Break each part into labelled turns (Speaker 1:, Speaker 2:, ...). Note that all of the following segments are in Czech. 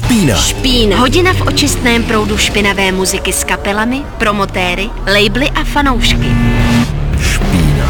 Speaker 1: Špína.
Speaker 2: Špína. Hodina v očistném proudu špinavé muziky s kapelami, promotéry, labely a fanoušky.
Speaker 1: Špína.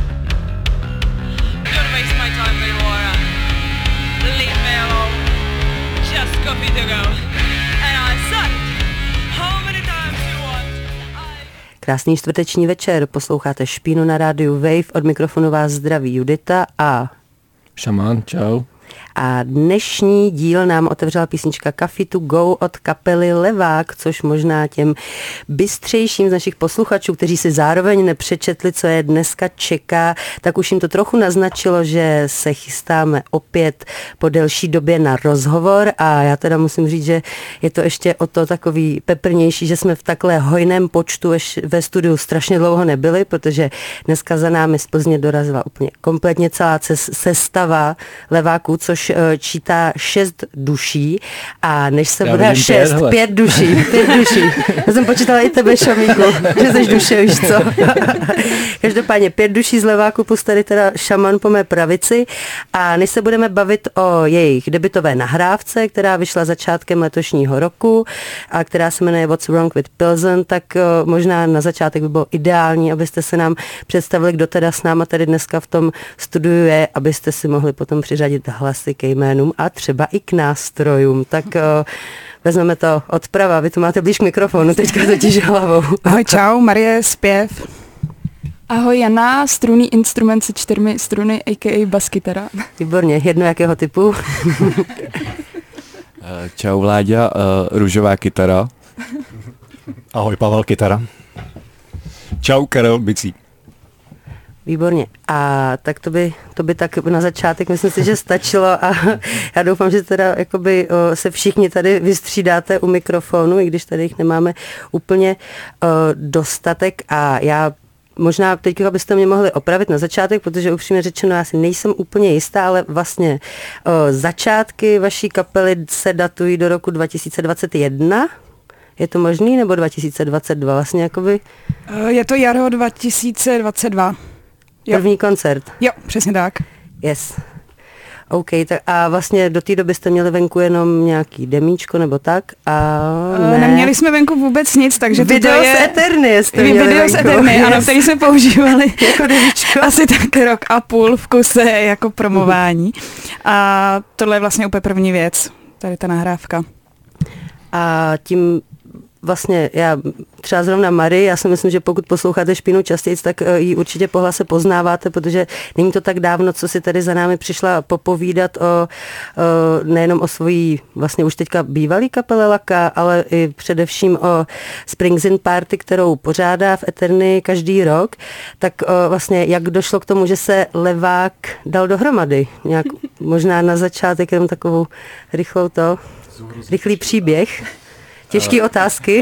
Speaker 3: Krásný čtvrteční večer, posloucháte Špínu na rádiu Wave, od mikrofonu vás zdraví Judita a
Speaker 4: Šaman, čau.
Speaker 3: A dnešní díl nám otevřela písnička Coffee to Go od kapely Levák, což možná těm bystřejším z našich posluchačů, kteří si zároveň nepřečetli, co je dneska čeká, tak už jim to trochu naznačilo, že se chystáme opět po delší době na rozhovor a já teda musím říct, že je to ještě o to takový peprnější, že jsme v takhle hojném počtu ve studiu strašně dlouho nebyli, protože dneska za námi z Plzně dorazila úplně kompletně celá sestava Leváků, což čítá 6 duší a než se bude 5 duší. Já jsem počítala i tebe, Šamíku, že jsi duše, víš co. Každopádně 5 duší z Leváku plus tady teda Šaman po mé pravici a než se budeme bavit o jejich debutové nahrávce, která vyšla začátkem letošního roku a která se jmenuje What's Wrong with Pilsen, tak možná na začátek by bylo ideální, abyste se nám představili, kdo teda s náma tady dneska v tom studiu je, abyste si mohli potom přiřadit hlasy ke jménům a třeba i k nástrojům. Tak vezmeme to odprava. Vy tu máte blíž k mikrofonu, teďka totiž hlavou.
Speaker 5: Ahoj, čau, Marie, zpěv. Ahoj, Jana, strunný instrument se 4 struny, a.k.a. baskytara.
Speaker 3: Výborně, jedno jakého typu?
Speaker 4: Čau, Vláďa, růžová kytara.
Speaker 6: Ahoj, Pavel, kytara. Čau, Karel, bicí.
Speaker 3: Výborně. A tak to by tak na začátek, myslím si, že stačilo a já doufám, že teda jakoby se všichni tady vystřídáte u mikrofonu, i když tady jich nemáme úplně dostatek a já možná teď byste mě mohli opravit na začátek, protože upřímně řečeno, já si nejsem úplně jistá, ale vlastně začátky vaší kapely se datují do roku 2021. Je to možný, nebo 2022 vlastně jakoby?
Speaker 5: Je to jaro 2022.
Speaker 3: První koncert.
Speaker 5: Jo, přesně tak.
Speaker 3: Yes. OK, tak a vlastně do té doby jste měli venku jenom nějaký demíčko nebo tak? A ne.
Speaker 5: Neměli jsme venku vůbec nic, takže
Speaker 3: video z Eterny jste měli
Speaker 5: video
Speaker 3: venku.
Speaker 5: Z Eterny, yes. Ano, který jsme používali
Speaker 3: jako demíčko.
Speaker 5: Asi tak rok a půl v kuse jako promování. A tohle je vlastně úplně první věc, tady ta nahrávka.
Speaker 3: A tím vlastně já třeba zrovna Marii, já si myslím, že pokud posloucháte Špínu častěji, tak ji určitě po hlase poznáváte, protože není to tak dávno, co si tady za námi přišla popovídat o nejenom o svojí vlastně už teďka bývalý kapele Laka, ale i především o Springs in Party, kterou pořádá v Eterny každý rok. Tak vlastně jak došlo k tomu, že se Levák dal dohromady? Nějak možná na začátek jenom takovou rychlý příběh. Těžké otázky.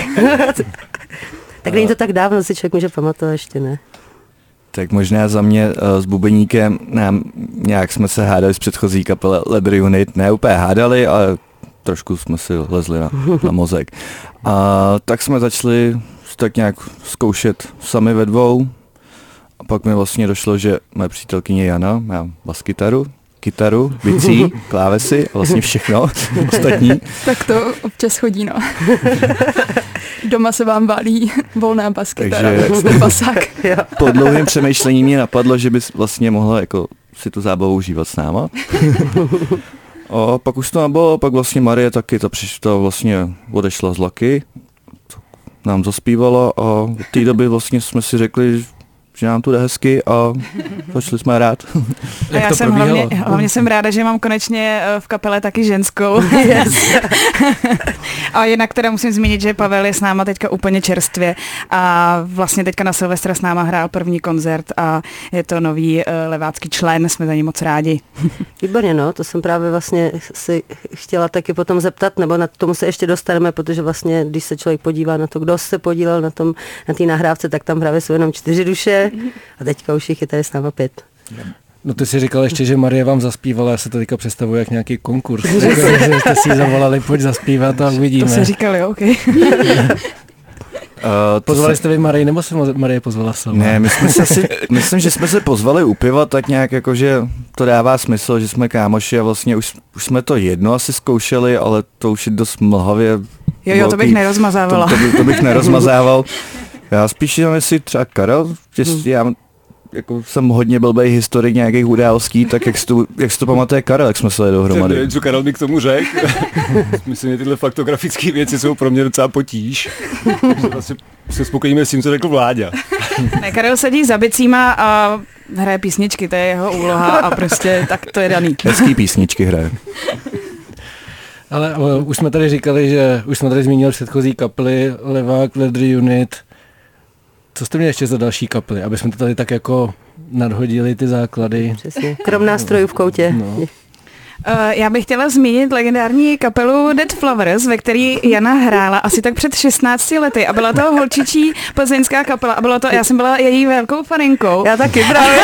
Speaker 3: Tak není to tak dávno, si člověk může pamatovat, ještě ne.
Speaker 4: Tak možná za mě s bubeníkem nějak jsme se hádali z předchozí kapele Leather Unit. Ne úplně hádali, ale trošku jsme si lezli na mozek. A tak jsme začali tak nějak zkoušet sami ve dvou. A pak mi vlastně došlo, že moje přítelkyně Jana má baskytaru, kytaru, bicí, klávesy a vlastně všechno ostatní.
Speaker 5: Tak to občas chodí, no. Doma se vám válí volná baskytara, takže basák.
Speaker 4: Po dlouhém přemýšlení mě napadlo, že bys vlastně mohla jako si tu zábavu užívat s náma. A pak už to nebylo, pak vlastně Marie taky to vlastně odešla z Laky, nám zaspívala a od té doby vlastně jsme si řekli, že nám tu jde hezky a začali jsme rád.
Speaker 5: A já jsem hlavně jsem ráda, že mám konečně v kapele taky ženskou. Yes. A jinak teda musím zmínit, že Pavel je s náma teďka úplně čerstvě a vlastně teďka na Silvestra s náma hrál první koncert a je to nový levácký člen, jsme za ní moc rádi.
Speaker 3: Výborně, no, to jsem právě vlastně si chtěla taky potom zeptat, nebo na tomu se ještě dostaneme, protože vlastně, když se člověk podívá na to, kdo se podílel na té nahrávce, tak tam právě jsou jenom 4 duše a teďka už jich je tady s náma 5.
Speaker 7: No ty jsi říkal ještě, že Marie vám zaspívala, já se to teďka představuji jak nějaký konkurs. Jste si ji zavolali, pojď zaspívat a uvidíme.
Speaker 5: To se říkali, OK.
Speaker 7: Pozvali jste vy Marii, nebo se Marie pozvala sama?
Speaker 4: Ne, my jsme se myslím, že jsme se pozvali u piva tak nějak jako, že to dává smysl, že jsme kámoši a vlastně už jsme to jedno asi zkoušeli, ale to už je dost mlhavě.
Speaker 5: Jo, to bych nerozmazávala.
Speaker 4: To bych nerozmazával. Já spíš jenom jestli třeba Karel, já jako jsem hodně blbej historik nějakých událostí, tak jak si to pamatuje Karel, jak jsme se dohromady.
Speaker 6: Nevím, co Karel mi k tomu řekl. Myslím, že tyhle faktografické věci jsou pro mě docela potíž. Vlastně se spokojíme s tím, co řekl Vláďa.
Speaker 5: Ne, Karel sedí za bicíma a hraje písničky, to je jeho úloha a prostě tak to je daný.
Speaker 4: Hezký písničky hraje.
Speaker 7: Ale už jsme tady říkali, už jsme tady zmínili předchozí kapely, Levák, Leather Unit. Co jste měli ještě za další kapely, aby jsme to tady tak jako nadhodili ty základy?
Speaker 3: Přesně, krom nástrojů v koutě.
Speaker 7: No.
Speaker 5: Já bych chtěla zmínit legendární kapelu Dead Flowers, ve který Jana hrála asi tak před 16 lety a byla to holčičí plzeňská kapela a bylo to, já jsem byla její velkou faninkou.
Speaker 3: Já taky právě.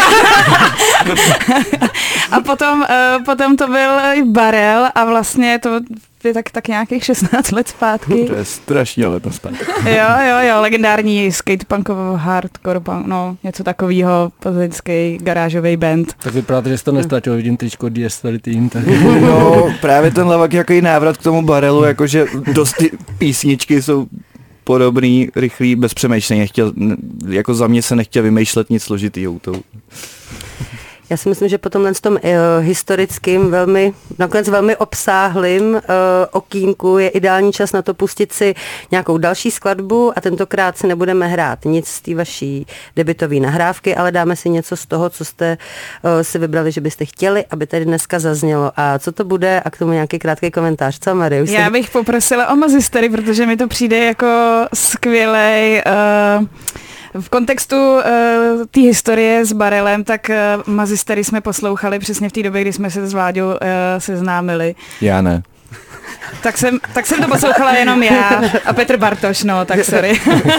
Speaker 5: A potom to byl Barel a vlastně to je tak nějakých 16 let zpátky.
Speaker 4: To je strašně let zpátky.
Speaker 5: Jo, legendární skatepunkový hardcore punk, no, něco takového, plzeňský garážový band.
Speaker 7: Tak vypadá, že jsi to nestratil, vidím tričko DS Team. Tak...
Speaker 4: No, právě ten Levák jaký návrat k tomu Barelu, jakože dost ty písničky jsou podobný, rychlý, bez přemýšlení. Jako za mě se nechtěl vymýšlet nic složitýho.
Speaker 3: Já si myslím, že po tomhle tom historickým, nakonec velmi obsáhlým okýnku je ideální čas na to pustit si nějakou další skladbu a tentokrát si nebudeme hrát nic z té vaší debutové nahrávky, ale dáme si něco z toho, co jste si vybrali, že byste chtěli, aby tady dneska zaznělo. A co to bude a k tomu nějaký krátký komentář. Co, Marie?
Speaker 5: Já bych poprosila o Mazistery, protože mi to přijde jako skvělej... V kontextu té historie s Barelem, tak Mazistery jsme poslouchali přesně v té době, kdy jsme se s Vláďou seznámili.
Speaker 4: Já ne.
Speaker 5: Tak jsem to poslouchala jenom já a Petr Bartoš, no, tak sorry.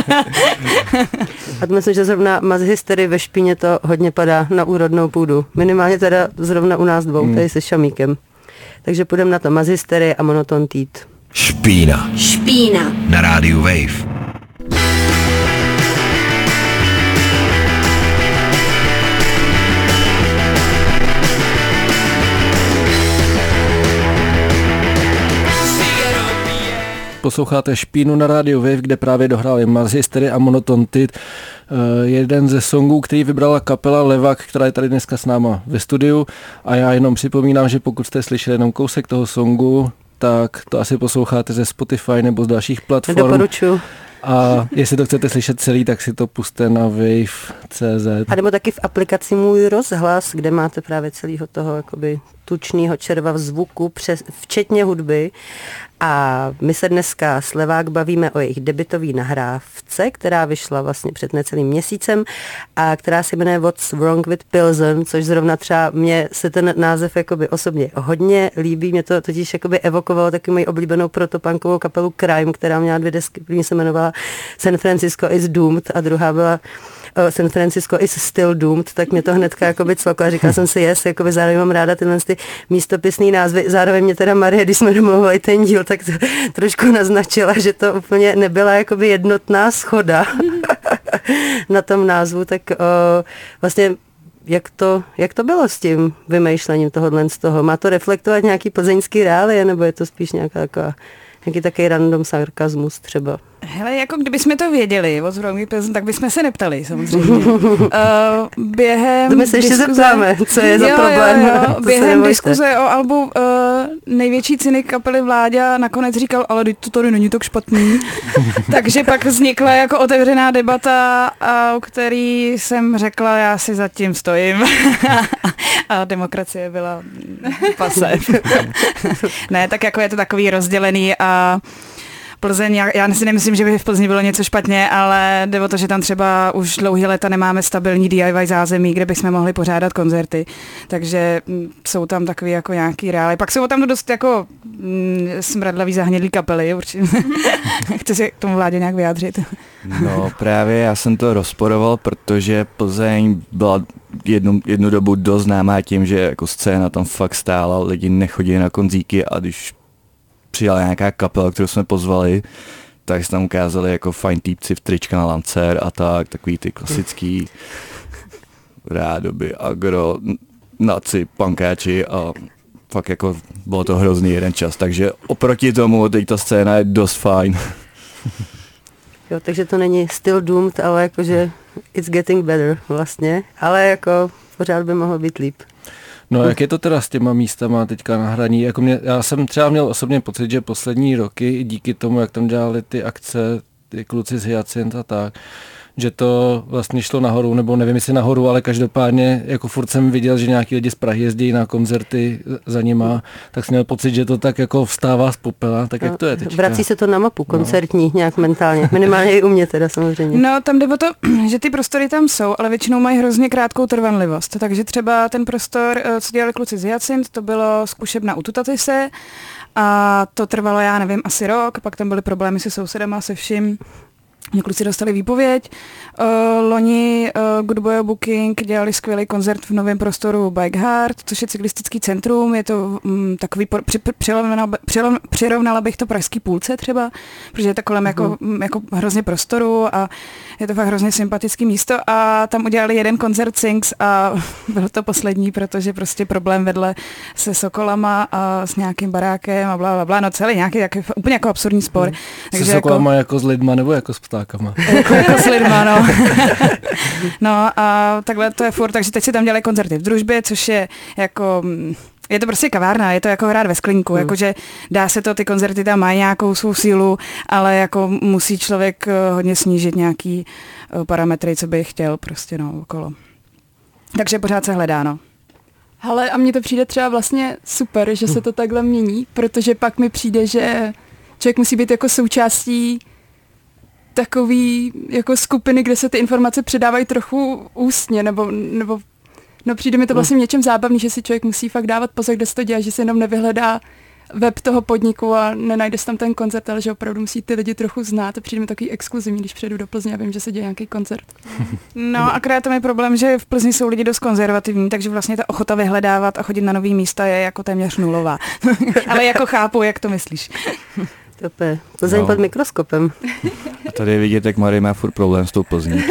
Speaker 3: A myslím, že zrovna Mazistery ve Špíně to hodně padá na úrodnou půdu. Minimálně teda zrovna u nás dvou, tady se Šamíkem. Takže půjdeme na to Mazistery a Monoton Teat.
Speaker 1: Špína. Na rádiu Wave.
Speaker 7: Posloucháte Špínu na rádiu Wave, kde právě dohráli Mazistery a Monoton Teat. Jeden ze songů, který vybrala kapela Levák, která je tady dneska s náma ve studiu. A já jenom připomínám, že pokud jste slyšeli jenom kousek toho songu, tak to asi posloucháte ze Spotify nebo z dalších platform.
Speaker 3: Doporučuji.
Speaker 7: A jestli to chcete slyšet celý, tak si to puste na wave.cz.
Speaker 3: A nebo taky v aplikaci Můj rozhlas, kde máte právě celého toho jakoby tučného červa v zvuku, včetně hudby. A my se dneska s Levák bavíme o jejich debutový nahrávce, která vyšla vlastně před necelým měsícem a která se jmenuje What's Wrong with Pilsen, což zrovna třeba mně se ten název jakoby osobně hodně líbí. Mě to totiž jakoby evokovalo taky moji oblíbenou protopunkovou kapelu Crime, která měla 2 desky. První se jmenovala San Francisco is Doomed a druhá byla San Francisco is Still Doomed, tak mě to hnedka jakoby cvaklo a říkala jsem si jakoby zároveň mám ráda tyhle místopisný názvy. Zároveň mě teda Marie, když jsme domluvili ten díl, tak trošku naznačila, že to úplně nebyla jakoby jednotná shoda na tom názvu, tak vlastně jak to bylo s tím vymýšlením tohohle z toho? Má to reflektovat nějaký plzeňský reálie, nebo je to spíš nějaký takový random sarkazmus třeba?
Speaker 5: Hele, jako kdybychom to věděli, tak bychom se neptali, samozřejmě. Během
Speaker 3: my se ještě zeptáme, co je za problém.
Speaker 5: Jo. Během diskuze o albu největší cynik kapely Vláďa nakonec říkal, ale to tady není tak špatný. Takže pak vznikla jako otevřená debata, o který jsem řekla, já si za tím stojím. A demokracie byla pase. Ne, tak jako je to takový rozdělený a Plzeň, já si nemyslím, že by v Plzni bylo něco špatně, ale jde o to, že tam třeba už dlouhý léta nemáme stabilní DIY zázemí, kde bychom mohli pořádat koncerty, takže jsou tam takový jako nějaký reály. Pak jsou tam dost jako smradlavý zahnědlý kapely, určitě. Chci si k tomu Vládě nějak vyjádřit.
Speaker 4: No právě já jsem to rozporoval, protože Plzeň byla jednu dobu dost známá tím, že jako scéna tam fakt stála, lidi nechodili na konzíky a když přijala nějaká kapela, kterou jsme pozvali, tak se tam ukázali jako fajn týpci v trička na Lancer a tak, takový ty klasický rádoby, agro, naci, pankáči a fakt jako bylo to hrozný jeden čas, takže oproti tomu teď ta scéna je dost fajn.
Speaker 3: Jo, takže to není still doomed, ale jakože it's getting better vlastně, ale jako pořád by mohlo být líp.
Speaker 7: No jak je to teda s těma místama teďka na hraní? Jako já jsem třeba měl osobně pocit, že poslední roky díky tomu, jak tam dělali ty akce, ty kluci z Hyacint a tak, že to vlastně šlo nahoru, nebo nevím jestli nahoru, ale každopádně jako furt jsem viděl, že nějaký lidi z Prahy jezdí na koncerty za nima, tak jsem měl pocit, že to tak jako vstává z popela, tak jak to je teďka?
Speaker 3: Vrací se to na mapu koncertní nějak mentálně, minimálně i u mě teda samozřejmě.
Speaker 5: No tam jde o to, že ty prostory tam jsou, ale většinou mají hrozně krátkou trvanlivost, takže třeba ten prostor, co dělali kluci z Hyacint, to bylo zkušebna u Tutatise a to trvalo, já nevím, asi rok, pak tam byly problémy se sousedama, se vším. Kluci dostali výpověď. Loni Good Boy Booking dělali skvělý koncert v novém prostoru Bike Heart, což je cyklistický centrum. Je to takový, přirovnala bych to pražský Půlce třeba, protože je to kolem jako hrozně prostoru a je to fakt hrozně sympatický místo a tam udělali jeden koncert Sings a byl to poslední, protože prostě problém vedle se Sokolama a s nějakým barákem a blablabla, no celý nějaký úplně jako absurdní spor.
Speaker 7: Se Sokolama jako s lidma nebo jako s ptákama?
Speaker 5: jako s lidma, no. No a takhle to je furt, takže teď si tam dělají koncerty v Družbě, což je jako... Je to prostě kavárna, je to jako hrát ve skleníku, jakože dá se to, ty koncerty tam mají nějakou svou sílu, ale jako musí člověk hodně snížit nějaký parametry, co by chtěl prostě, no, okolo. Takže pořád se hledá, no.
Speaker 8: Hele, a mně to přijde třeba vlastně super, že se to takhle mění, protože pak mi přijde, že člověk musí být jako součástí takový jako skupiny, kde se ty informace předávají trochu ústně, nebo přijde mi to vlastně něčem zábavný, že si člověk musí fakt dávat pozor, kde se to dělá, že si jenom nevyhledá web toho podniku a nenajde si tam ten koncert, ale že opravdu musí ty lidi trochu znát a přijde mi takový exkluzivní, když přijedu do Plzně a vím, že se děje nějaký koncert.
Speaker 5: No akorát tam je problém, že v Plzni jsou lidi dost konzervativní, takže vlastně ta ochota vyhledávat a chodit na nový místa je jako téměř nulová. Ale jako chápu, jak to myslíš.
Speaker 3: Tope, Plzeň pod mikroskopem.
Speaker 4: A tady je vidět, jak Marie má furt problém s tou Plzní.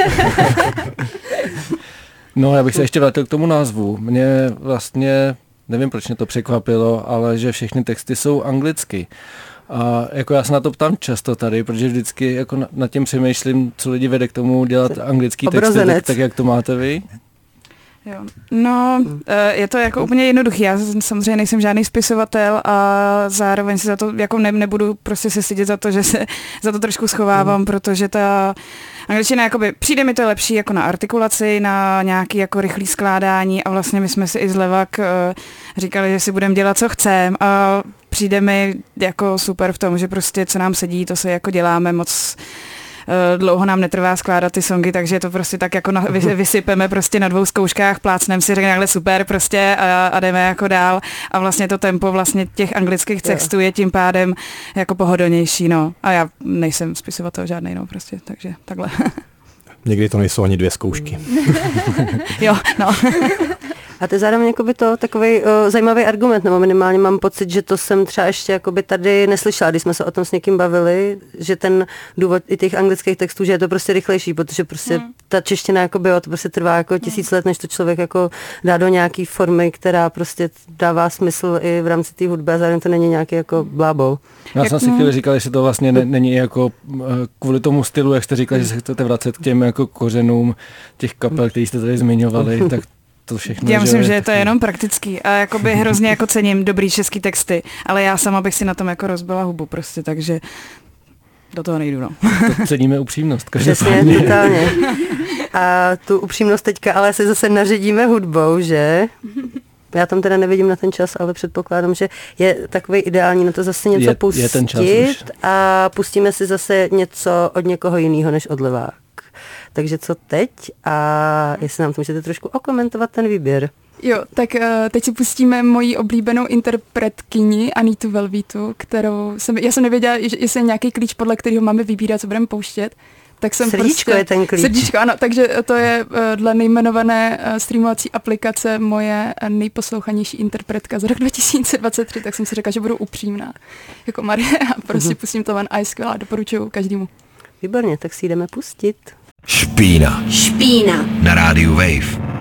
Speaker 7: No, já bych se ještě vrátil k tomu názvu. Mě vlastně, nevím, proč mě to překvapilo, ale že všechny texty jsou anglicky. A jako já se na to ptám často tady, protože vždycky jako nad tím přemýšlím, co lidi vede k tomu dělat anglický texty, tak jak to máte vy?
Speaker 5: Jo. No, je to jako úplně jednoduchý. Já samozřejmě nejsem žádný spisovatel a zároveň si za to jako nebudu prostě se stydět za to, že se za to trošku schovávám, protože ta angličtina jakoby přijde mi to lepší jako na artikulaci, na nějaký jako rychlý skládání a vlastně my jsme si i z Levak říkali, že si budeme dělat, co chceme a přijde mi jako super v tom, že prostě co nám sedí, to se jako děláme moc. Dlouho nám netrvá skládat ty songy, takže to prostě tak jako vysypeme prostě na 2 zkouškách, plácneme si, řekne super prostě a jdeme jako dál a vlastně to tempo vlastně těch anglických textů je tím pádem jako pohodlnější, no. A já nejsem spisovatel žádnej, no prostě, takže takhle.
Speaker 6: Někdy to nejsou ani 2 zkoušky.
Speaker 5: Jo, no.
Speaker 3: A to je zároveň jakoby to takový zajímavý argument, nebo minimálně mám pocit, že to jsem třeba ještě jakoby tady neslyšela, když jsme se o tom s někým bavili, že ten důvod i těch anglických textů, že je to prostě rychlejší, protože prostě ta čeština jakoby, to prostě trvá jako 1000 let, než to člověk jako dá do nějaký formy, která prostě dává smysl i v rámci té hudby a zároveň to není nějaký jako blábol.
Speaker 7: Já jsem si chvíli říkal, že to vlastně není jako kvůli tomu stylu, jak jste říkali, že se chcete vracet k těm jako kořenům těch kapel, který jste tady zmiňovali, tak to všechno.
Speaker 5: Já myslím, že je to jenom praktický a jakoby hrozně jako cením dobrý český texty, ale já sama bych si na tom jako rozbila hubu prostě, takže do toho nejdu, no.
Speaker 7: To ceníme upřímnost.
Speaker 3: Přesně, totálně. A tu upřímnost teďka ale si zase naředíme hudbou, že? Já tam teda nevidím na ten čas, ale předpokládám, že je takový ideální na to zase něco pustit a pustíme si zase něco od někoho jiného než od Levák. Takže co teď? A jestli nám to můžete trošku okomentovat ten výběr.
Speaker 8: Jo, tak teď si pustíme moji oblíbenou interpretkyni Anitu Velvítu, kterou já jsem nevěděla, jestli je nějaký klíč, podle kterého máme vybírat, co budeme pouštět. tak jsem
Speaker 3: Srdíčko
Speaker 8: prostě,
Speaker 3: je ten klíč.
Speaker 8: Srdíčko, ano, takže to je dle nejmenované streamovací aplikace moje nejposlouchanější interpretka za rok 2023, tak jsem si řekla, že budu upřímná jako Marie a prostě pustím to ven a je skvělá, doporučuju každému.
Speaker 3: Výborně, tak si jdeme pustit.
Speaker 1: Špína.
Speaker 2: Špína.
Speaker 1: Na rádiu Wave.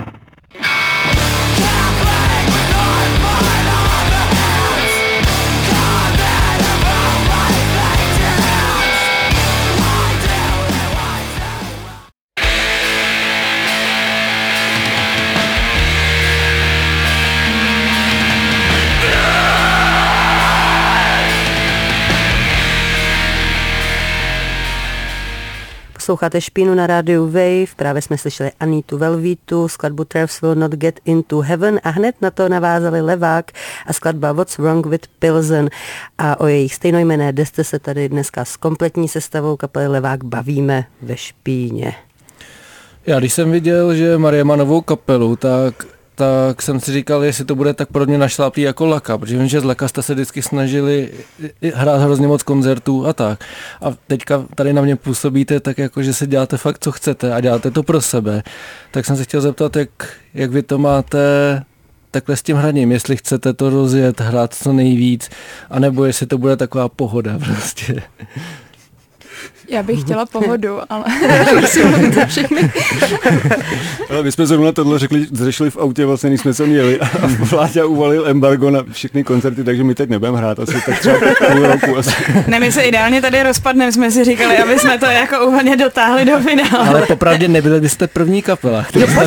Speaker 3: Posloucháte Špínu na rádiu Wave, právě jsme slyšeli Anitu Velvítu, skladbu Travs Will Not Get Into Heaven a hned na to navázali Levák a skladba What's Wrong with Pilsen. A o jejich stejnojmenné desce se tady dneska s kompletní sestavou kapely Levák bavíme ve Špíně.
Speaker 7: Já když jsem viděl, že Marie má novou kapelu, tak jsem si říkal, jestli to bude tak podobně našláplý jako Laka, protože vím, že z Laka jste se vždycky snažili hrát hrozně moc koncertů a tak. A teďka tady na mě působíte tak jako, že se děláte fakt, co chcete a děláte to pro sebe. Tak jsem se chtěl zeptat, jak vy to máte takhle s tím hraním, jestli chcete to rozjet, hrát co nejvíc, anebo jestli to bude taková pohoda prostě.
Speaker 8: Já bych chtěla pohodu, ale musím mluvit za všechny.
Speaker 6: Ale my jsme zrovna tohle řešili v autě, vlastně když jsme sem jeli a Vláďa uvalil embargo na všechny koncerty, takže my teď nebudeme hrát asi tak třeba půl roku. Asi.
Speaker 5: Ne, my se ideálně tady rozpadneme, jsme si říkali, aby jsme to jako úplně dotáhli do finále.
Speaker 7: Ale popravdě nebyli byste první kapela.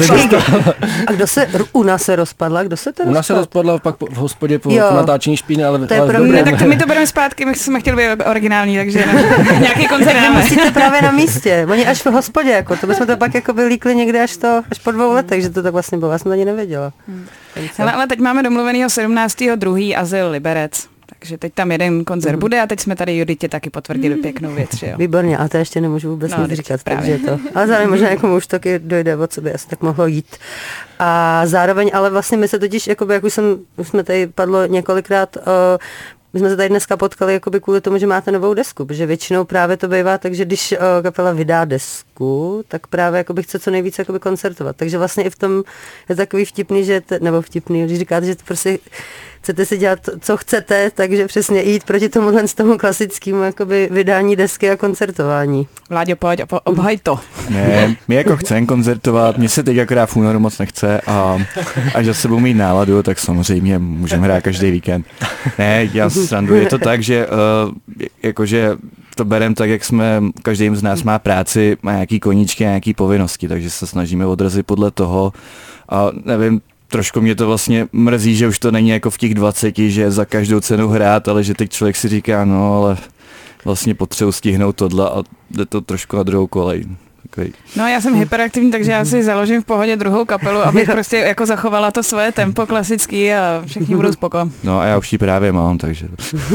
Speaker 3: A kdo se u nás se rozpadla? Kdo se to rozpadl?
Speaker 7: U nás se rozpadla pak v hospodě po natáčení Špíny, ale
Speaker 3: to je
Speaker 5: tak my to bereme zpátky, my jsme chtěli být originální, takže nějaký koncert dáme.
Speaker 3: Musíte právě na místě. Oni až v hospodě, jako, to bychom to pak jako vylíkli někde až po 2 letech, že to tak vlastně bylo. Já jsem to ani nevěděla.
Speaker 5: Ale teď máme domluvenýho 17.2. Azyl Liberec. Takže teď tam jeden koncert bude a teď jsme tady Juditě taky potvrdili pěknou věc. Jo.
Speaker 3: Výborně, ale to ještě nemůžu vůbec nic říkat. Takže to. Ale zároveň možná někomu už taky dojde, o co by asi tak mohlo jít. A zároveň, ale vlastně my se totiž, jakoby, jak už jsme tady padlo několikrát, my jsme se tady dneska potkali jakoby kvůli tomu, že máte novou desku, protože většinou právě to bývá tak, že když kapela vydá desku, tak právě jakoby chce co nejvíce jakoby koncertovat. Takže vlastně i v tom je takový vtipný, že nebo vtipný, když říkáte, že prostě chcete si dělat, co chcete, takže přesně jít proti tomu klasickému jakoby vydání desky a koncertování.
Speaker 5: Vláďo, pojď a obhaj to.
Speaker 4: Ne, my jako chceme koncertovat, mně se teď akorát v únoru moc nechce a až zase budu mít náladu, tak samozřejmě můžeme hrát každý víkend. Ne, já sranduji, je to tak, že jakože to berem tak, jak každý z nás má práci, má nějaký koníčky a nějaký povinnosti, takže se snažíme odrazit podle toho a nevím, trošku mě to vlastně mrzí, že už to není jako v těch 20, že za každou cenu hrát, ale že teď člověk si říká, no ale vlastně potřebuji stihnout tohle a jde to trošku na druhou kolej. Takový.
Speaker 5: No já jsem hyperaktivní, takže já si založím v pohodě druhou kapelu, abych prostě jako zachovala to svoje tempo klasický a všichni budou spoko.
Speaker 4: No a já už ji právě mám, takže...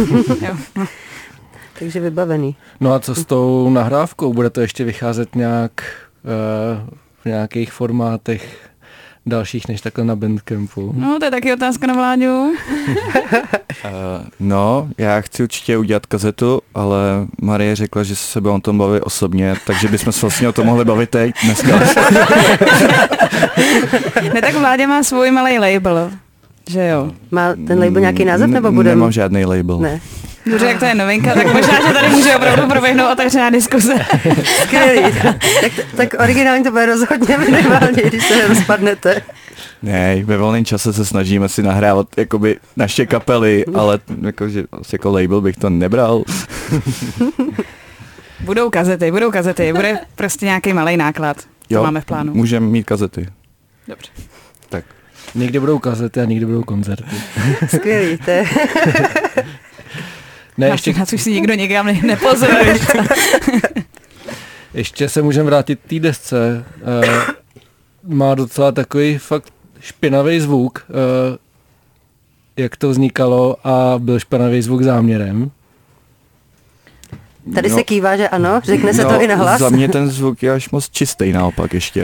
Speaker 3: Takže vybavený.
Speaker 7: No a co s tou nahrávkou? Bude to ještě vycházet nějak v nějakých formátech dalších než takhle na Bandcampu?
Speaker 5: No, to je taky otázka na Vláďu.
Speaker 4: No, já chci určitě udělat kazetu, ale Marie řekla, že se bude o tom bavit osobně, takže bychom se vlastně o tom mohli bavit teď dneska.
Speaker 5: Ne, tak Vláďa má svůj malý label, že jo?
Speaker 3: Má ten label nějaký název, nebo bude?
Speaker 4: Nemám žádný label.
Speaker 3: Ne.
Speaker 5: Dobře, jak to je novinka, tak možná, že tady může opravdu proběhnout otevřená diskuze.
Speaker 3: Skvělý. Tak originálně to bude rozhodně minimálně, když se rozpadnete.
Speaker 4: Ne, ve volném čase se snažíme si nahrávat jakoby naše kapely, ale jakože, jako label bych to nebral.
Speaker 5: Budou kazety, bude prostě nějaký malej náklad, co máme v plánu.
Speaker 4: Můžeme mít kazety.
Speaker 5: Dobře.
Speaker 4: Tak.
Speaker 7: Někdy budou kazety a někdy budou koncerty.
Speaker 3: Skvělý, to je...
Speaker 5: Ne, ještě... Nás už si nikdo někam nepozoruje.
Speaker 7: Ještě se můžeme vrátit k té desce. Má docela takový fakt špinavý zvuk. Jak to vznikalo a byl špinavý zvuk záměrem?
Speaker 3: Tady se kývá, že ano? Řekne se to i nahlas?
Speaker 4: Za mě ten zvuk je až moc čistý naopak ještě.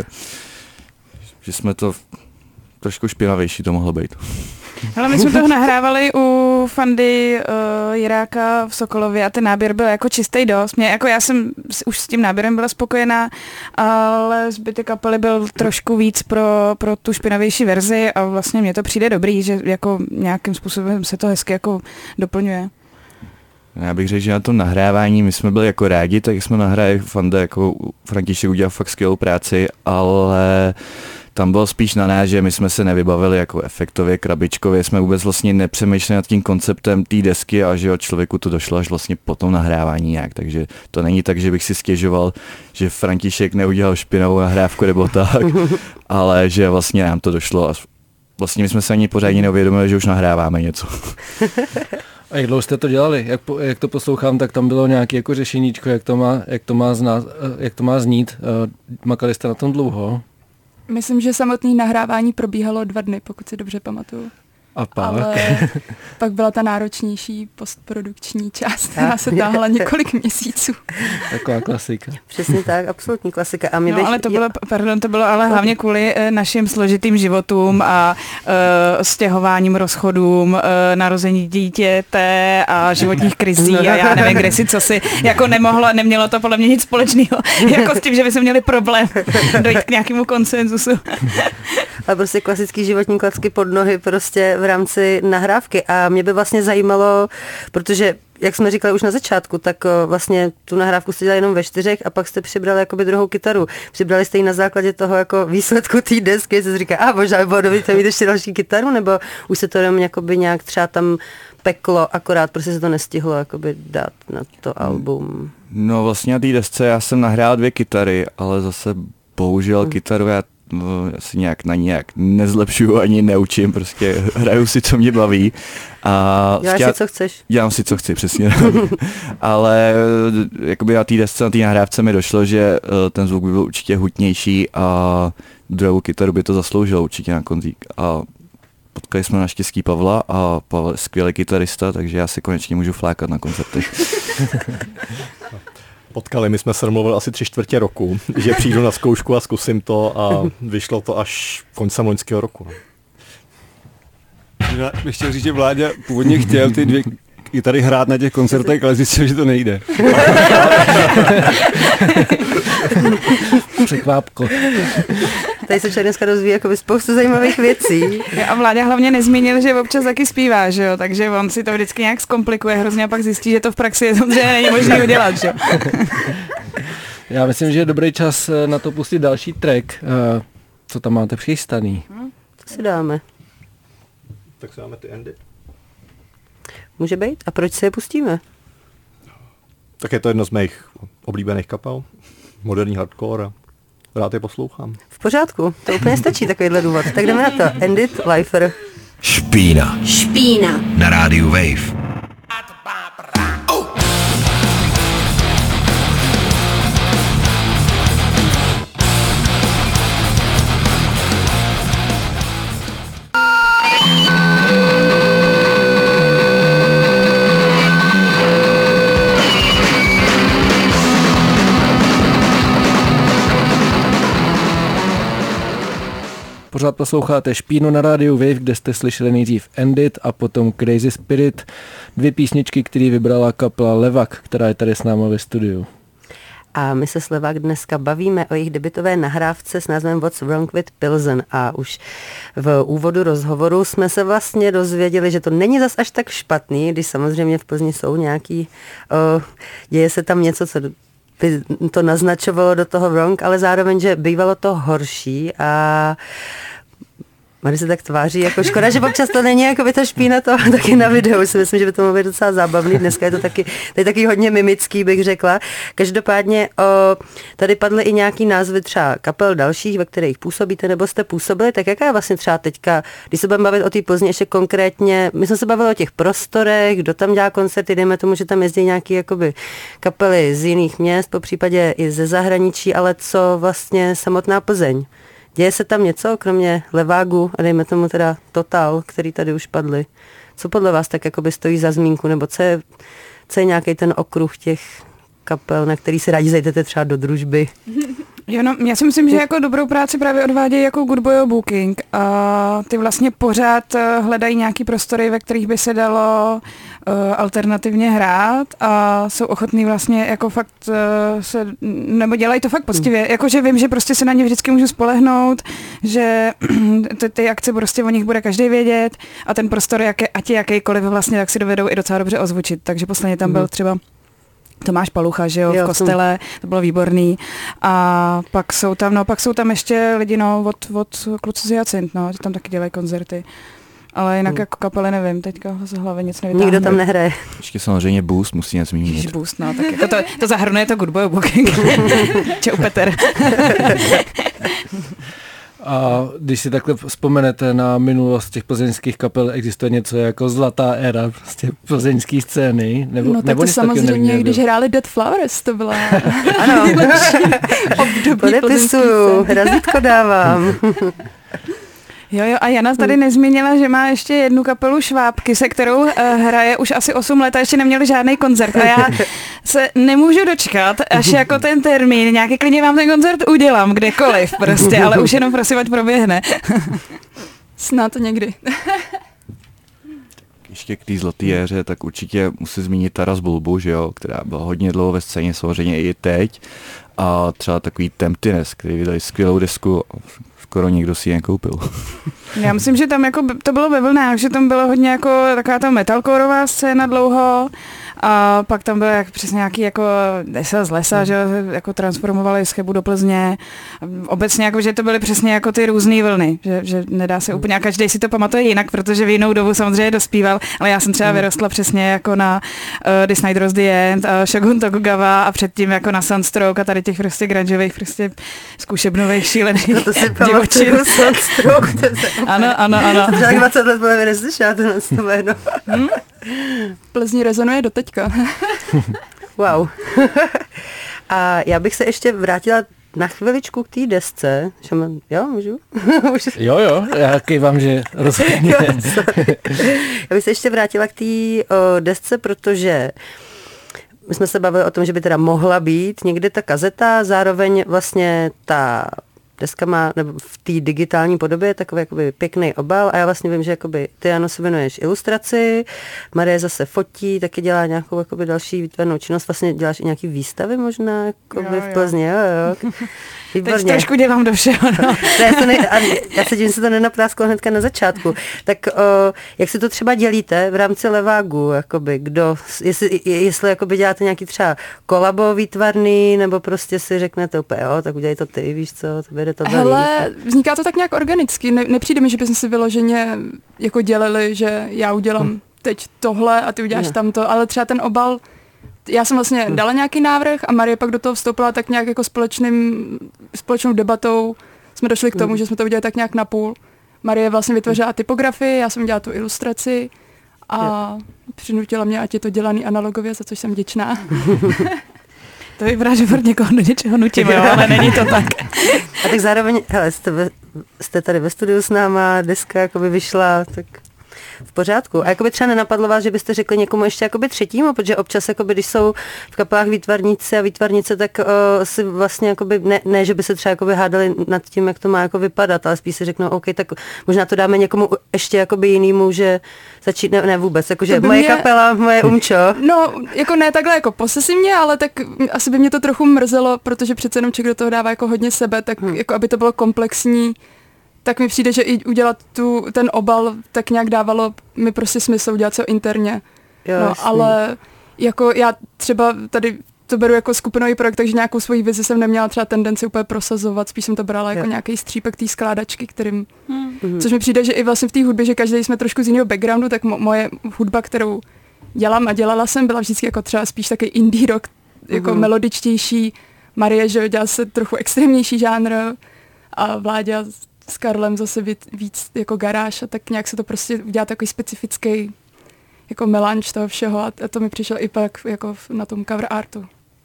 Speaker 4: Že jsme to trošku špinavější to mohlo být.
Speaker 5: Ale my jsme toho nahrávali u u Fandy Jiráka v Sokolově a ten náběr byl jako čistý dost. Já jsem už s tím náběrem byla spokojená, ale zbytek kapely byl trošku víc pro tu špinavější verzi a vlastně mně to přijde dobrý, že jako nějakým způsobem se to hezky jako doplňuje.
Speaker 4: Já bych řekl, že na tom nahrávání my jsme byli jako rádi, tak jsme nahráli Fanda, jako František udělal fakt skvělou práci, ale tam bylo spíš na nás, že my jsme se nevybavili jako efektově, krabičkově, jsme vůbec vlastně nepřemýšleli nad tím konceptem té desky a že od člověku to došlo až vlastně po tom nahrávání nějak, takže to není tak, že bych si stěžoval, že František neudělal špinavou nahrávku nebo tak, ale že vlastně nám to došlo a vlastně my jsme se ani pořádně neuvědomili, že už nahráváme něco.
Speaker 7: A jak dlouho jste to dělali? Jak to poslouchám, tak tam bylo nějaké jako řešeníčko, jak to má znít. Makali jste na tom dlouho?
Speaker 8: Myslím, že samotné nahrávání probíhalo 2 dny, pokud si dobře pamatuju.
Speaker 7: A pak?
Speaker 8: Ale pak byla ta náročnější postprodukční část, která se táhla několik měsíců.
Speaker 7: Taková klasika.
Speaker 3: Přesně tak, absolutní klasika. A
Speaker 5: ale to bylo ale hlavně kvůli našim složitým životům a stěhováním, rozchodům, narození dítěte a životních krizí a já nevím, kde si co si, jako nemělo to podle mě nic společného, jako s tím, že by se měli problém dojít k nějakému konsenzusu.
Speaker 3: Ale prostě klasický životní klacky pod nohy prostě v rámci nahrávky a mě by vlastně zajímalo, protože jak jsme říkali už na začátku, tak vlastně tu nahrávku jste dělali jenom ve 4 a pak jste přibrali jakoby druhou kytaru. Přibrali jste ji na základě toho jako výsledku té desky, se říká, možná by bylo dobré mít ještě další kytaru, nebo už se to jenom jakoby nějak třeba tam peklo, akorát prostě se to nestihlo jakoby dát na to album.
Speaker 4: No vlastně na té desce já jsem nahrál 2 kytary, ale zase bohužel kytaru já asi nějak na ní nezlepšuju ani neučím, prostě hraju si, co mě baví.
Speaker 3: Děláš si, co chceš.
Speaker 4: Dělám si, co chci, přesně. Ale jakoby na té desce, na té nahrávce mi došlo, že ten zvuk by byl určitě hutnější a druhou kytaru by to zasloužilo určitě na konzík. A potkali jsme naštěstí Pavla a Pavel je skvělý kytarista, takže já si konečně můžu flákat na koncertech.
Speaker 9: Potkali, my jsme se domluvili asi 3/4 roku, že přijdu na zkoušku a zkusím to a vyšlo to až koncem loňského roku.
Speaker 6: Já bych chtěl říct, že Vláďa původně chtěl ty 2 kytary hrát na těch koncertech, ale zjistil, že to nejde.
Speaker 7: Překvápko.
Speaker 3: Tady se člověk dneska dozví jakoby spoustu zajímavých věcí.
Speaker 5: A Vláďa hlavně nezmínil, že občas taky zpívá, že jo? Takže on si to vždycky nějak zkomplikuje hrozně a pak zjistí, že to v praxi je samozřejmě není možné udělat, že jo?
Speaker 7: Já myslím, že je dobrý čas na to pustit další track. Co tam máte přichystaný?
Speaker 3: Co si dáme?
Speaker 9: Tak si dáme ty Endy.
Speaker 3: Může být? A proč se je pustíme?
Speaker 9: Tak je to jedno z mých oblíbených kapel. Moderní hardcore a rád je poslouchám.
Speaker 3: V pořádku, to úplně stačí takovýhle důvod. Tak jdeme na to. Endit, Lifer.
Speaker 1: Špína.
Speaker 2: Špína.
Speaker 1: Na rádiu Wave.
Speaker 7: Pořád posloucháte Špínu na rádiu Wave, kde jste slyšeli nejdřív Endit a potom Crazy Spirit, 2 písničky, které vybrala kapela Levak, která je tady s námi ve studiu.
Speaker 3: A my se s Levak dneska bavíme o jejich debutové nahrávce s názvem What's Wrong with Pilsen a už v úvodu rozhovoru jsme se vlastně dozvěděli, že to není zas až tak špatný, když samozřejmě v Plzni jsou nějaký, děje se tam něco, co by to naznačovalo do toho wrong, ale zároveň, že bývalo to horší a Mary se tak tváří, jako škoda, že občas to není jako by ta špína to taky na videu, si myslím, že by to mohlo být docela zábavný, dneska je to taky hodně mimický, bych řekla. Každopádně tady padly i nějaký názvy třeba kapel dalších, ve kterých působíte nebo jste působili, tak jaká je vlastně třeba teďka, když se budeme bavit o té Plzni ještě konkrétně, my jsme se bavili o těch prostorech, kdo tam dělá koncerty, dejme tomu, že tam jezdí nějaký jakoby kapely z jiných měst, po případě i ze zahraničí, ale co vlastně samotná Plzeň? Děje se tam něco, kromě Levágu a dejme tomu teda Total, který tady už padly? Co podle vás tak jakoby stojí za zmínku, nebo co je nějaký ten okruh těch kapel, na který se rádi zajdete třeba do družby?
Speaker 5: Jo, no, já si myslím, že jako dobrou práci právě odvádějí jako Good Boy Booking a ty vlastně pořád hledají nějaký prostory, ve kterých by se dalo alternativně hrát a jsou ochotní vlastně jako fakt nebo dělají to fakt poctivě, jakože vím, že prostě se na ně vždycky můžu spolehnout, že ty akce prostě o nich bude každý vědět a ten prostor, ať je jakýkoliv vlastně, tak si dovedou i docela dobře ozvučit, takže posledně tam byl třeba Tomáš Palucha, že jo, v Kostele, to bylo výborný. A pak jsou tam ještě lidi, od Kluci z Jacint, ty tam taky dělají koncerty. Ale jinak jako kapely nevím, teďka z hlavy nic nevytáhnu.
Speaker 3: Nikdo tam nehraje.
Speaker 4: Ještě samozřejmě Boost musíme zmínit.
Speaker 5: Boost, tak jako to zahrnuje to Good Boy Booking. Čau Petr.
Speaker 7: A když si takhle vzpomenete na minulost těch plzeňských kapel, existuje něco jako zlatá éra prostě plzeňské scény?
Speaker 8: Nebo to samozřejmě, když hráli Dead Flowers, to byla
Speaker 3: ano. Období podepisuju, razítko dávám.
Speaker 5: Jo, a Jana tady nezmínila, že má ještě jednu kapelu Švábky, se kterou hraje už asi 8 let a ještě neměli žádný koncert. A já se nemůžu dočkat, až jako ten termín, nějaký klidně vám ten koncert udělám, kdekoliv prostě, ale už jenom prosím, ať proběhne.
Speaker 8: Snad to někdy.
Speaker 4: Ještě k té zlaté éře, tak určitě musím zmínit Taras Bulbu, že jo, která byla hodně dlouho ve scéně, samozřejmě i teď. A třeba takový Temptiness, který vydali skvělou desku, skoro někdo si ji koupil.
Speaker 5: Já myslím, že tam jako to bylo ve vlnách, že tam bylo hodně jako taková ta metalcoreová scéna dlouho a pak tam bylo přesně nějaký jako z lesa, že jako transformovali z Chebu do Plzně. Obecně jako, že to byly přesně jako ty různé vlny, že nedá se úplně, a každý si to pamatuje jinak, protože v jinou dobu samozřejmě dospíval, ale já jsem třeba vyrostla přesně jako na The Snyder's The End a Shogun Tokugawa a předtím jako na Sunstroke a tady těch prostě grungeových prostě zkušebnových šílených
Speaker 3: to si pamatuju Sunstroke. Ano. Třeba 20 let bylo neslyšela tohle jméno.
Speaker 8: Plzni rezonuje doteďka.
Speaker 3: Wow. A já bych se ještě vrátila na chviličku k té desce. Jo, můžu?
Speaker 7: Jo, já kývám, že rozhodně.
Speaker 3: Já bych se ještě vrátila k té desce, protože my jsme se bavili o tom, že by teda mohla být někde ta kazeta, zároveň vlastně ta deska má, nebo v té digitální podobě je takový jakoby pěkný obal a já vlastně vím, že jakoby ty, Jano, se věnuješ ilustraci, Marie zase fotí, taky dělá nějakou jakoby další výtvarnou činnost, vlastně děláš i nějaký výstavy možná jakoby v Plzni, jo. Výborně.
Speaker 5: Teď trošku dělám do všeho, no.
Speaker 3: Já se tím, se to nenaprásklo hnedka na začátku. Tak jak si to třeba dělíte v rámci Levágu, jakoby, jestli jakoby děláte nějaký třeba kolabo výtvarný, nebo prostě si řeknete úplně, jo, tak udělej to ty, víš co, to bude to baví.
Speaker 8: Hele, vzniká to tak nějak organicky, nepřijde mi, že bychom si vyloženě jako dělali, že já udělám teď tohle a ty uděláš tamto, ale třeba ten obal, já jsem vlastně dala nějaký návrh a Marie pak do toho vstoupila tak nějak jako společnou debatou. Jsme došli k tomu, že jsme to udělali tak nějak napůl. Marie vlastně vytvořila typografii, já jsem dělala tu ilustraci a přinutila mě, ať je to dělaný analogově, za což jsem vděčná.
Speaker 5: To vypadá, že furt někoho do něčeho nutím, jo, ale není to tak.
Speaker 3: A tak zároveň, hele, jste tady ve studiu s náma, deska jakoby vyšla, tak v pořádku. A jakoby třeba nenapadlo vás, že byste řekli někomu ještě jakoby třetímu, protože občas, jakoby, když jsou v kapelách výtvarníci a výtvarnice, tak si vlastně jakoby, ne, že by se třeba jakoby hádali nad tím, jak to má jako vypadat, ale spíš si řeknou, OK, tak možná to dáme někomu ještě jakoby jinýmu, že začít, ne vůbec, jakože moje kapela, moje umčo.
Speaker 8: No, jako ne takhle jako posesivně, ale tak asi by mě to trochu mrzelo, protože přece jenom člověk do toho dává jako hodně sebe, tak jako aby to bylo komplexní, tak mi přijde, že i udělat ten obal tak nějak dávalo mi prostě smysl udělat co interně.
Speaker 3: Jo,
Speaker 8: no, ale jako já třeba tady to beru jako skupinový projekt, takže nějakou svoji vizi jsem neměla třeba tendenci úplně prosazovat, spíš jsem to brala jako nějaký střípek té skládačky, kterým, což mi přijde, že i vlastně v té hudbě, že každý jsme trošku z jiného backgroundu, tak moje hudba, kterou dělám a dělala jsem, byla vždycky jako třeba spíš takový indie rock, jako melodičtější. Marie, že dělala se trochu extrémnější žánr a Vláďa s Karlem zase víc jako garáž a tak nějak se to prostě udělá takový specifický jako melanž toho všeho a to mi přišlo i pak jako na tom cover artu.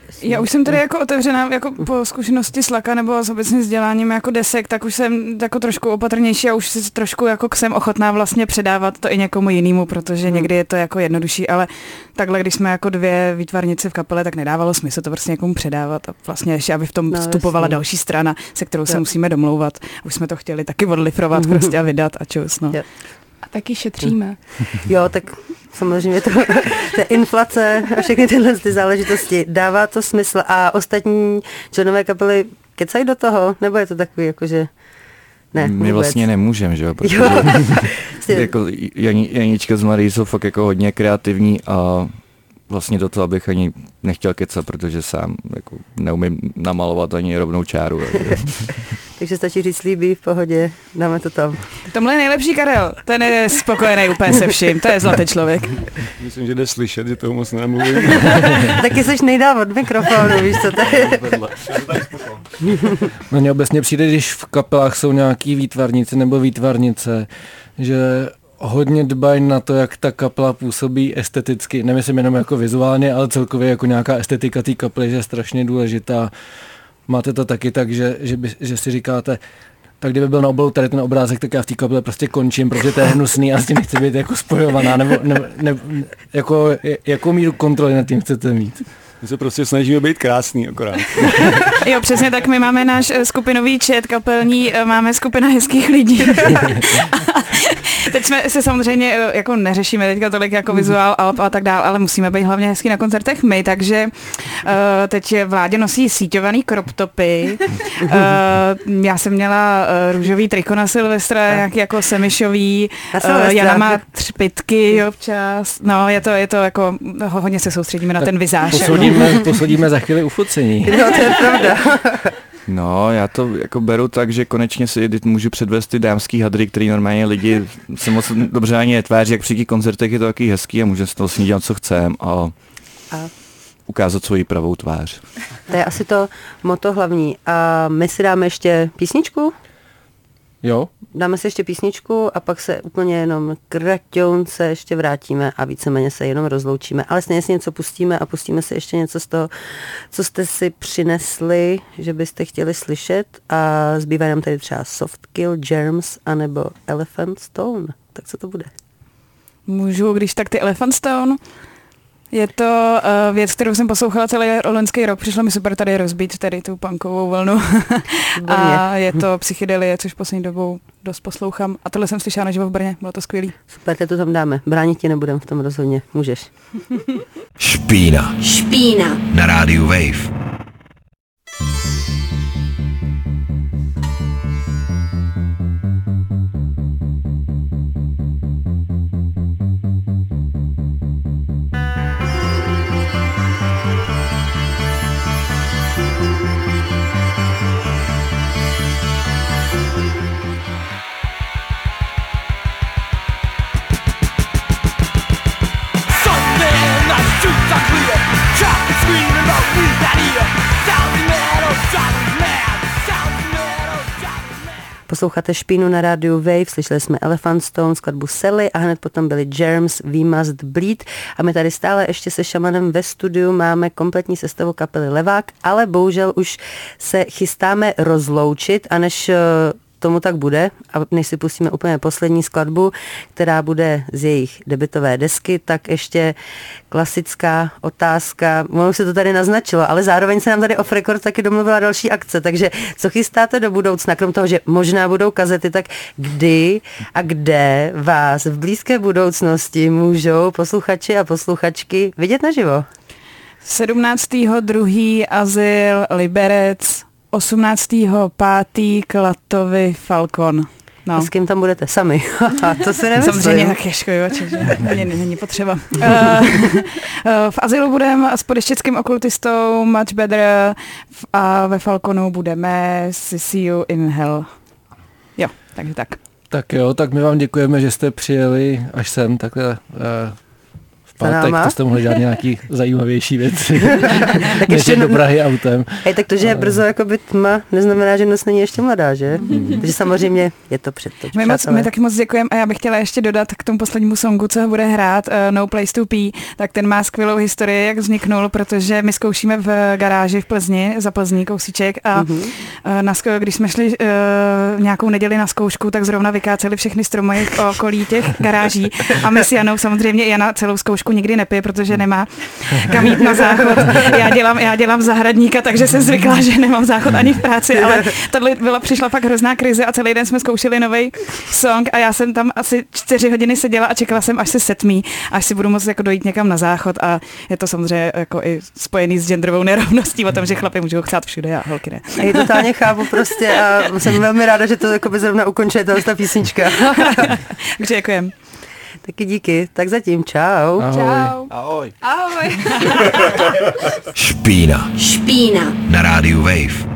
Speaker 5: Já už jsem tady jako otevřená jako po zkušenosti s Laka nebo s obecným vzděláním jako desek, tak už jsem jako trošku opatrnější a už si trošku jako jsem ochotná vlastně předávat to i někomu jinému, protože někdy je to jako jednodušší, ale takhle, když jsme jako dvě výtvarnice v kapele, tak nedávalo smysl to prostě někomu předávat a vlastně ještě, aby v tom vstupovala další strana, se kterou se musíme domlouvat. Už jsme to chtěli taky odlifrovat prostě a vydat a čus, no.
Speaker 8: A taky šetříme.
Speaker 3: Jo, tak samozřejmě to inflace a všechny tyhle ty záležitosti, dává to smysl a ostatní členové kapely kecají do toho, nebo je to takový jakože ne,
Speaker 4: my vlastně nemůžeme, že jo, protože jako Janička s Marí jsou fakt jako hodně kreativní a vlastně do toho, abych ani nechtěl kecat, protože sám jako neumím namalovat ani rovnou čáru.
Speaker 3: Takže stačí říct líbí, v pohodě, dáme to tam.
Speaker 5: Tomhle je nejlepší Karel, ten je spokojený úplně se vším, to je zlatý člověk.
Speaker 6: Myslím, že jde slyšet, že toho moc nemluvím.
Speaker 3: Taky jsi nejdál od mikrofonu, víš co, to je.
Speaker 7: Mně obecně přijde, když v kapelách jsou nějaký výtvarníci nebo výtvarnice, že hodně dbají na to, jak ta kapela působí esteticky, nemyslím jenom jako vizuálně, ale celkově jako nějaká estetika té kapely, že je strašně důležitá. Máte to taky tak, že si říkáte, tak kdyby byl na obalu tady ten obrázek, tak já v té kapele prostě končím, protože to je hnusný a s tím nechci být jako spojovaná, nebo jako, jakou míru kontroly nad tím chcete mít?
Speaker 6: My se prostě snažíme být krásný akorát.
Speaker 5: Jo, přesně tak, my máme náš skupinový chat kapelní, máme skupina hezkých lidí. Teď jsme se samozřejmě jako neřešíme teďka tolik jako vizuál a tak dál, ale musíme být hlavně hezký na koncertech my, takže teď Vládě nosí síťovaný crop topy. Já jsem měla růžový triko na Silvestra, nějaký jako semišový, Jana má třpitky občas, no je to jako, hodně se soustředíme na ten vizáž.
Speaker 7: Posoudíme za chvíli ufocení.
Speaker 3: No, to je pravda.
Speaker 4: No, já to jako beru tak, že konečně si můžu předvést ty dámský hadry, který normálně lidi se moc dobře ani netváří, jak při těch koncertech je to taky hezký a můžeme z toho vlastně dělat, co chceme a ukázat svoji pravou tvář.
Speaker 3: To je asi to motto hlavní. A my si dáme ještě písničku?
Speaker 7: Jo.
Speaker 3: Dáme si ještě písničku a pak se úplně jenom kraťounce ještě vrátíme a víceméně se jenom rozloučíme. Ale stejně si něco pustíme a pustíme si ještě něco z toho, co jste si přinesli, že byste chtěli slyšet a zbývá nám tady třeba Softkill, Germs anebo Elephant Stone. Tak co to bude?
Speaker 5: Můžu, když tak ty Elephant Stone. Je to věc, kterou jsem poslouchala celý loňský rok. Přišlo mi super tady rozbít tady tu punkovou vlnu. A je to Psychedelie, což poslední dobou dost poslouchám. A tohle jsem slyšela naživo v Brně, bylo to skvělý.
Speaker 3: Super, to tam dáme. Bránit ti nebudem v tom rozhodně. Můžeš.
Speaker 1: Špína.
Speaker 2: Špína.
Speaker 1: Na rádiu Wave.
Speaker 3: Posloucháte Špínu na rádiu Wave, slyšeli jsme Elephant Stone, skladbu Sally a hned potom byli Germs, We Must Bleed a my tady stále ještě se šamanem ve studiu máme kompletní sestavu kapely Levák, ale bohužel už se chystáme rozloučit a než tomu tak bude a než si pustíme úplně poslední skladbu, která bude z jejich debutové desky, tak ještě klasická otázka, ono se to tady naznačilo, ale zároveň se nám tady off record taky domluvila další akce, takže co chystáte do budoucna, krom toho, že možná budou kazety, tak kdy a kde vás v blízké budoucnosti můžou posluchači a posluchačky vidět naživo?
Speaker 5: 17.2. Azyl, Liberec, 18.5. Klatovi, Falcon. No.
Speaker 3: A s kým tam budete? Sami? To se nemyslím.
Speaker 5: Samozřejmě tak Ješkojovače, že není potřeba. V Azylu budeme s Podeštěckým okultistou Much Better a ve Falconu budeme See You in Hell. Jo, takže tak.
Speaker 7: Tak jo, tak my vám děkujeme, že jste přijeli až sem takhle v pátek, to jste mohli dělat nějaký zajímavější věci, než do Prahy autem.
Speaker 3: Tak to, že je brzo jakoby tma, neznamená, že noc není ještě mladá, že? Takže samozřejmě je to předtoč.
Speaker 5: My taky moc děkujeme a já bych chtěla ještě dodat k tomu poslednímu songu, co bude hrát, No Place to Pee, tak ten má skvělou historii, jak vzniknul, protože my zkoušíme v garáži v Plzni, za Plzní kousíček a když jsme šli nějakou neděli na zkoušku, tak zrovna vykáceli všechny stromy v okolí těch garáží a my s Janou, samozřejmě Jana celou zkoušku nikdy nepije, protože nemá kam jít na záchod. Já dělám zahradníka, takže jsem zvyklá, že nemám záchod ani v práci, ale tohle přišla fakt hrozná krize a celý den jsme zkoušeli nový song a já jsem tam asi 4 hodiny seděla a čekala jsem, až se setmí, až si budu moct jako dojít někam na záchod a je to samozřejmě jako i spojený s genderovou nerovností o tom, že chlapi můžou chcát všude a holky ne.
Speaker 3: Já totálně chápu prostě a jsem velmi ráda, že to jakoby zrovna ukončuje ta písnička.
Speaker 5: Takže děkujem.
Speaker 3: Taky díky. Tak zatím čau.
Speaker 7: Ahoj.
Speaker 8: Čau.
Speaker 7: Ahoj.
Speaker 8: Ahoj.
Speaker 1: Špína.
Speaker 2: Špína.
Speaker 1: Na rádiu Wave.